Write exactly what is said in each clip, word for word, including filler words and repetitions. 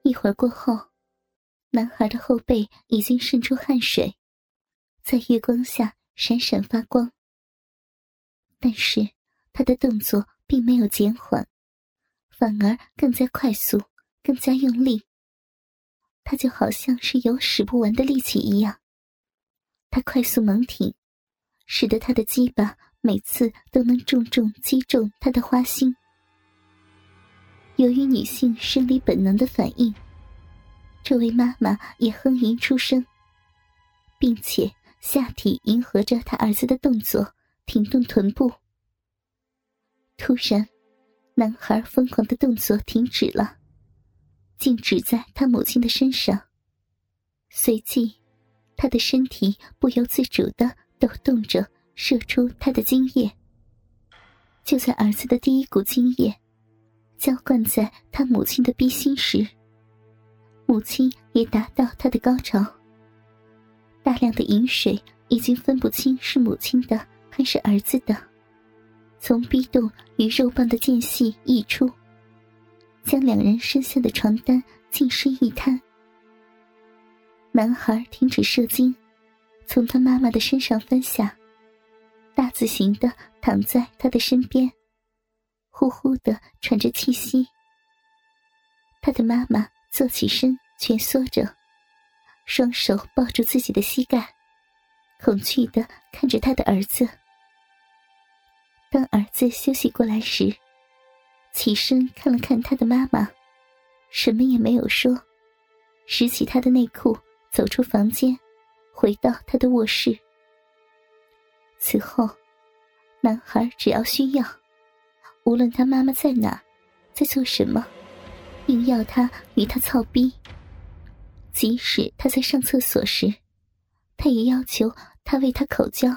一会儿过后，男孩的后背已经渗出汗水，在月光下闪闪发光。但是他的动作并没有减缓，反而更加快速，更加用力。他就好像是有使不完的力气一样。他快速猛挺，使得他的鸡巴每次都能重重击中他的花心。由于女性生理本能的反应，这位妈妈也哼吟出声，并且下体迎合着她儿子的动作挺动臀部。突然，男孩疯狂的动作停止了，静止在他母亲的身上。随即他的身体不由自主地抖动着，射出他的精液。就在儿子的第一股精液浇灌在他母亲的逼心时，母亲也达到她的高潮。大量的饮水已经分不清是母亲的还是儿子的，从逼洞与肉棒的间隙溢出，将两人身下的床单尽湿一滩。男孩停止射精，从他妈妈的身上翻下，大字形地躺在他的身边，呼呼地喘着气息。他的妈妈坐起身，蜷缩着，双手抱住自己的膝盖，恐惧地看着他的儿子。当儿子休息过来时，起身看了看他的妈妈，什么也没有说，拾起他的内裤走出房间，回到他的卧室。此后，男孩只要需要，无论他妈妈在哪，在做什么，硬要他与他操逼。即使他在上厕所时，他也要求他为他口交。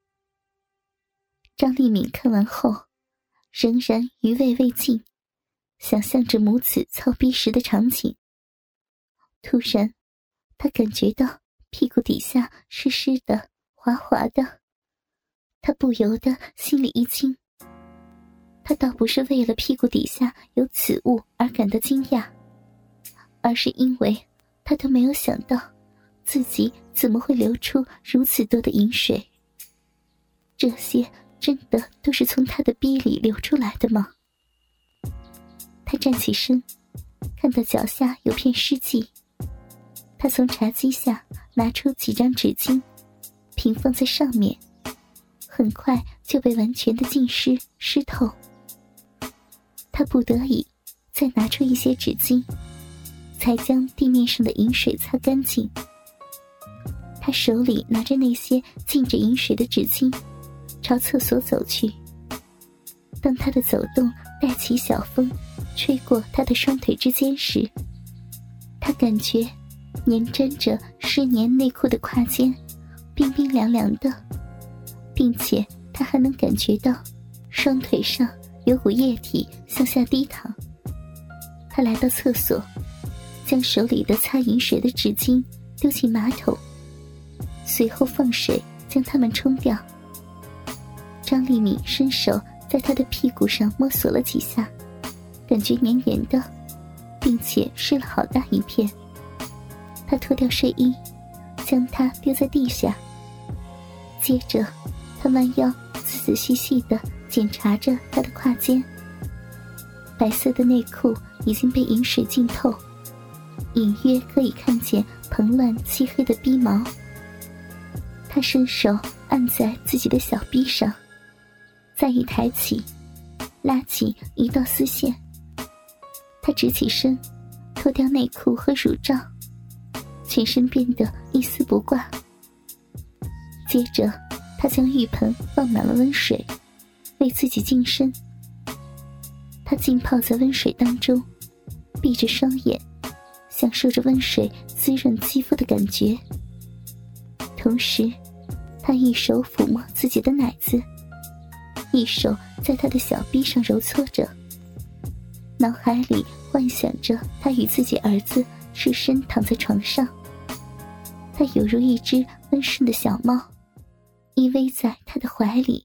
张丽敏看完后，仍然余味未尽，想象着母子操逼时的场景。突然，他感觉到屁股底下湿湿的、滑滑的，他不由得心里一惊。他倒不是为了屁股底下有此物而感到惊讶，而是因为他都没有想到自己怎么会流出如此多的饮水。这些真的都是从他的逼里流出来的吗？他站起身，看到脚下有片湿迹，他从茶几下拿出几张纸巾，平放在上面，很快就被完全的浸湿湿透。他不得已再拿出一些纸巾，才将地面上的饮水擦干净。他手里拿着那些浸着饮水的纸巾，朝厕所走去。当他的走动带起小风，吹过他的双腿之间时，他感觉粘沾着湿黏内裤的胯间冰冰凉凉的，并且他还能感觉到双腿上有股液体向下滴淌。他来到厕所，将手里的擦饮水的纸巾丢进马桶，随后放水将它们冲掉。张丽敏伸手在他的屁股上摸索了几下，感觉黏黏的，并且湿了好大一片。他脱掉睡衣，将它丢在地下。接着他弯腰仔仔细细地检查着他的胯间，白色的内裤已经被饮水浸透，隐约可以看见蓬乱漆黑的逼毛。他伸手按在自己的小臂上，再一抬起，拉起一道丝线。他直起身，脱掉内裤和乳罩，全身变得一丝不挂。接着他将浴盆放满了温水，为自己净身。他浸泡在温水当中，闭着双眼，享受着温水滋润肌肤的感觉。同时他一手抚摸自己的奶子，一手在他的小臂上揉搓着，脑海里幻想着他与自己儿子赤身躺在床上。他犹如一只温顺的小猫，依偎在他的怀里。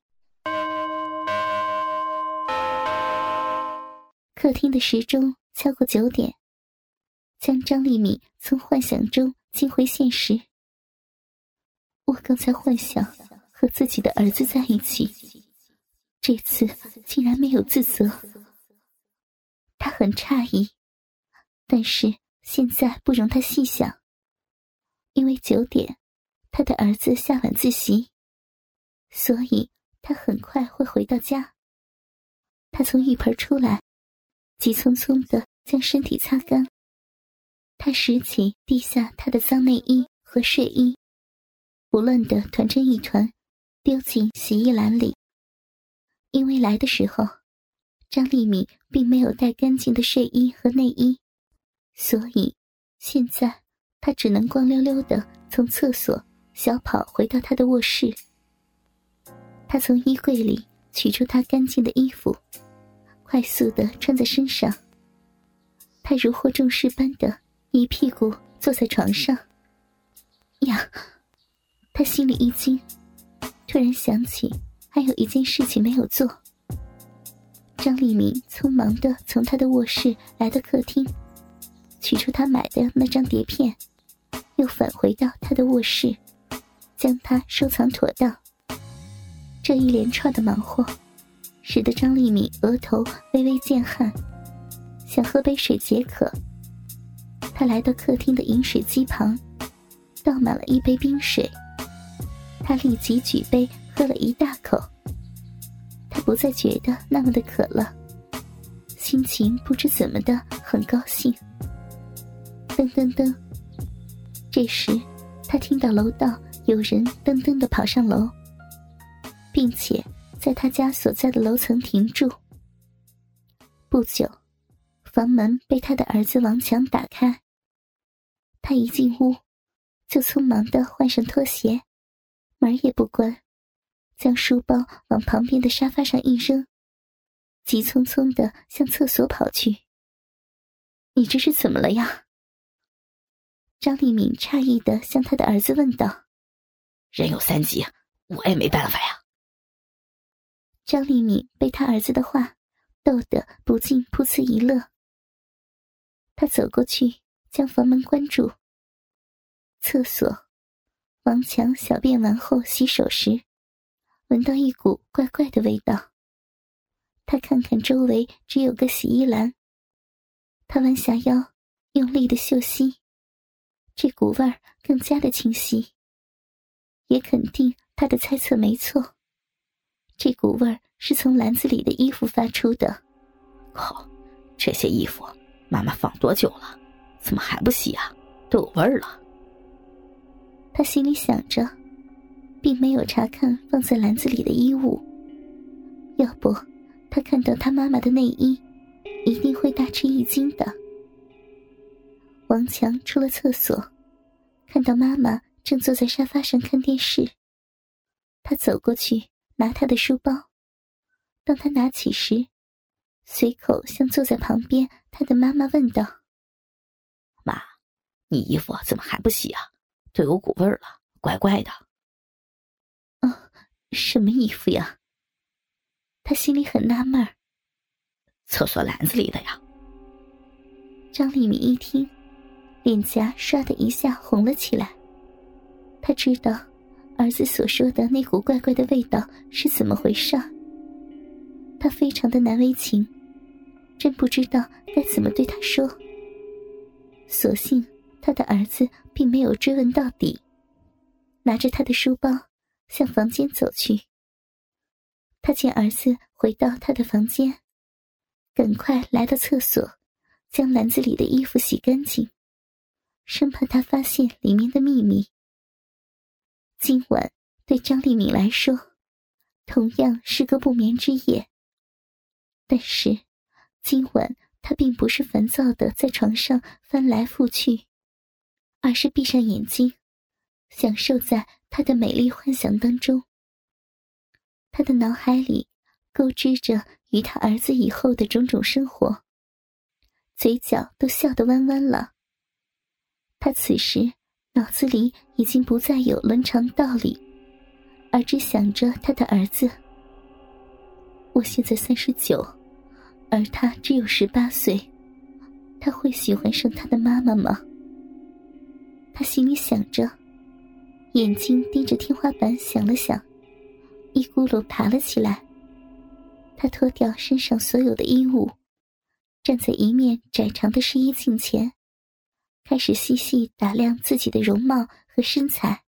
客厅的时钟敲过九点， 将张丽敏从幻想中惊回现实。我刚才幻想和自己的儿子在一起，这次竟然没有自责。他很诧异，但是现在不容他细想，因为九点他的儿子下晚自习，所以他很快会回到家。他从浴盆出来，急匆匆地将身体擦干。他拾起地下他的脏内衣和睡衣，不乱地团成一团，丢进洗衣篮里。因为来的时候张丽敏并没有带干净的睡衣和内衣，所以现在她只能光溜溜地从厕所小跑回到她的卧室。她从衣柜里取出她干净的衣服，快速地穿在身上。她如获重视般的一屁股坐在床上。呀，她心里一惊，突然想起还有一件事情没有做。张丽敏匆忙地从她的卧室来到客厅，取出她买的那张碟片，又返回到她的卧室，将它收藏妥当。这一连串的忙活使得张丽敏额头微微见汗，想喝杯水解渴。她来到客厅的饮水机旁，倒满了一杯冰水。她立即举杯喝了一大口。她不再觉得那么的渴了，心情不知怎么的很高兴。噔噔噔，这时她听到楼道有人噔噔地跑上楼，并且在她家所在的楼层停住。不久，房门被她的儿子王强打开。她一进屋就匆忙地换上拖鞋，门也不关，将书包往旁边的沙发上一扔，急匆匆地向厕所跑去。你这是怎么了呀？张丽敏诧异地向她的儿子问道。 人有三急，我也没办法呀。 张丽敏被他儿子的话逗得不禁噗呲一乐。他走过去将房门关住。厕所，王强小便完后洗手时，闻到一股怪怪的味道。他看看周围只有个洗衣篮，他弯下腰用力的嗅吸，这股味儿更加的清晰。也肯定他的猜测没错，这股味儿是从篮子里的衣服发出的。 靠，这些衣服妈妈放多久了，怎么还不洗啊？都有味儿了。 他心里想着，并没有查看放在篮子里的衣物，要不他看到他妈妈的内衣一定会大吃一惊的。王强出了厕所，看到妈妈正坐在沙发上看电视。他走过去拿她的书包，当他拿起时，随口向坐在旁边他的妈妈问道： 妈，你衣服怎么还不洗啊？都有股味儿了，怪怪的。 哦，什么衣服呀？他心里很纳闷儿。 厕所篮子里的呀。 张丽敏一听，脸颊唰的一下红了起来。他知道儿子所说的那股怪怪的味道是怎么回事。他非常的难为情，真不知道该怎么对他说。所幸他的儿子并没有追问到底，拿着他的书包向房间走去。他见儿子回到他的房间，赶快来到厕所，将篮子里的衣服洗干净，生怕他发现里面的秘密。今晚对张丽敏来说同样是个不眠之夜，但是今晚她并不是烦躁地在床上翻来覆去，而是闭上眼睛，享受在她的美丽幻想当中。她的脑海里勾织着与她儿子以后的种种生活，嘴角都笑得弯弯了。她此时脑子里已经不再有伦常道理，而只想着他的儿子。我现在三十九，而他只有十八岁， 他会喜欢上他的妈妈吗？他心里想着，眼睛盯着天花板想了想，一咕噜爬了起来。他脱掉身上所有的衣物，站在一面窄长的试衣镜前，开始细细打量自己的容貌和身材。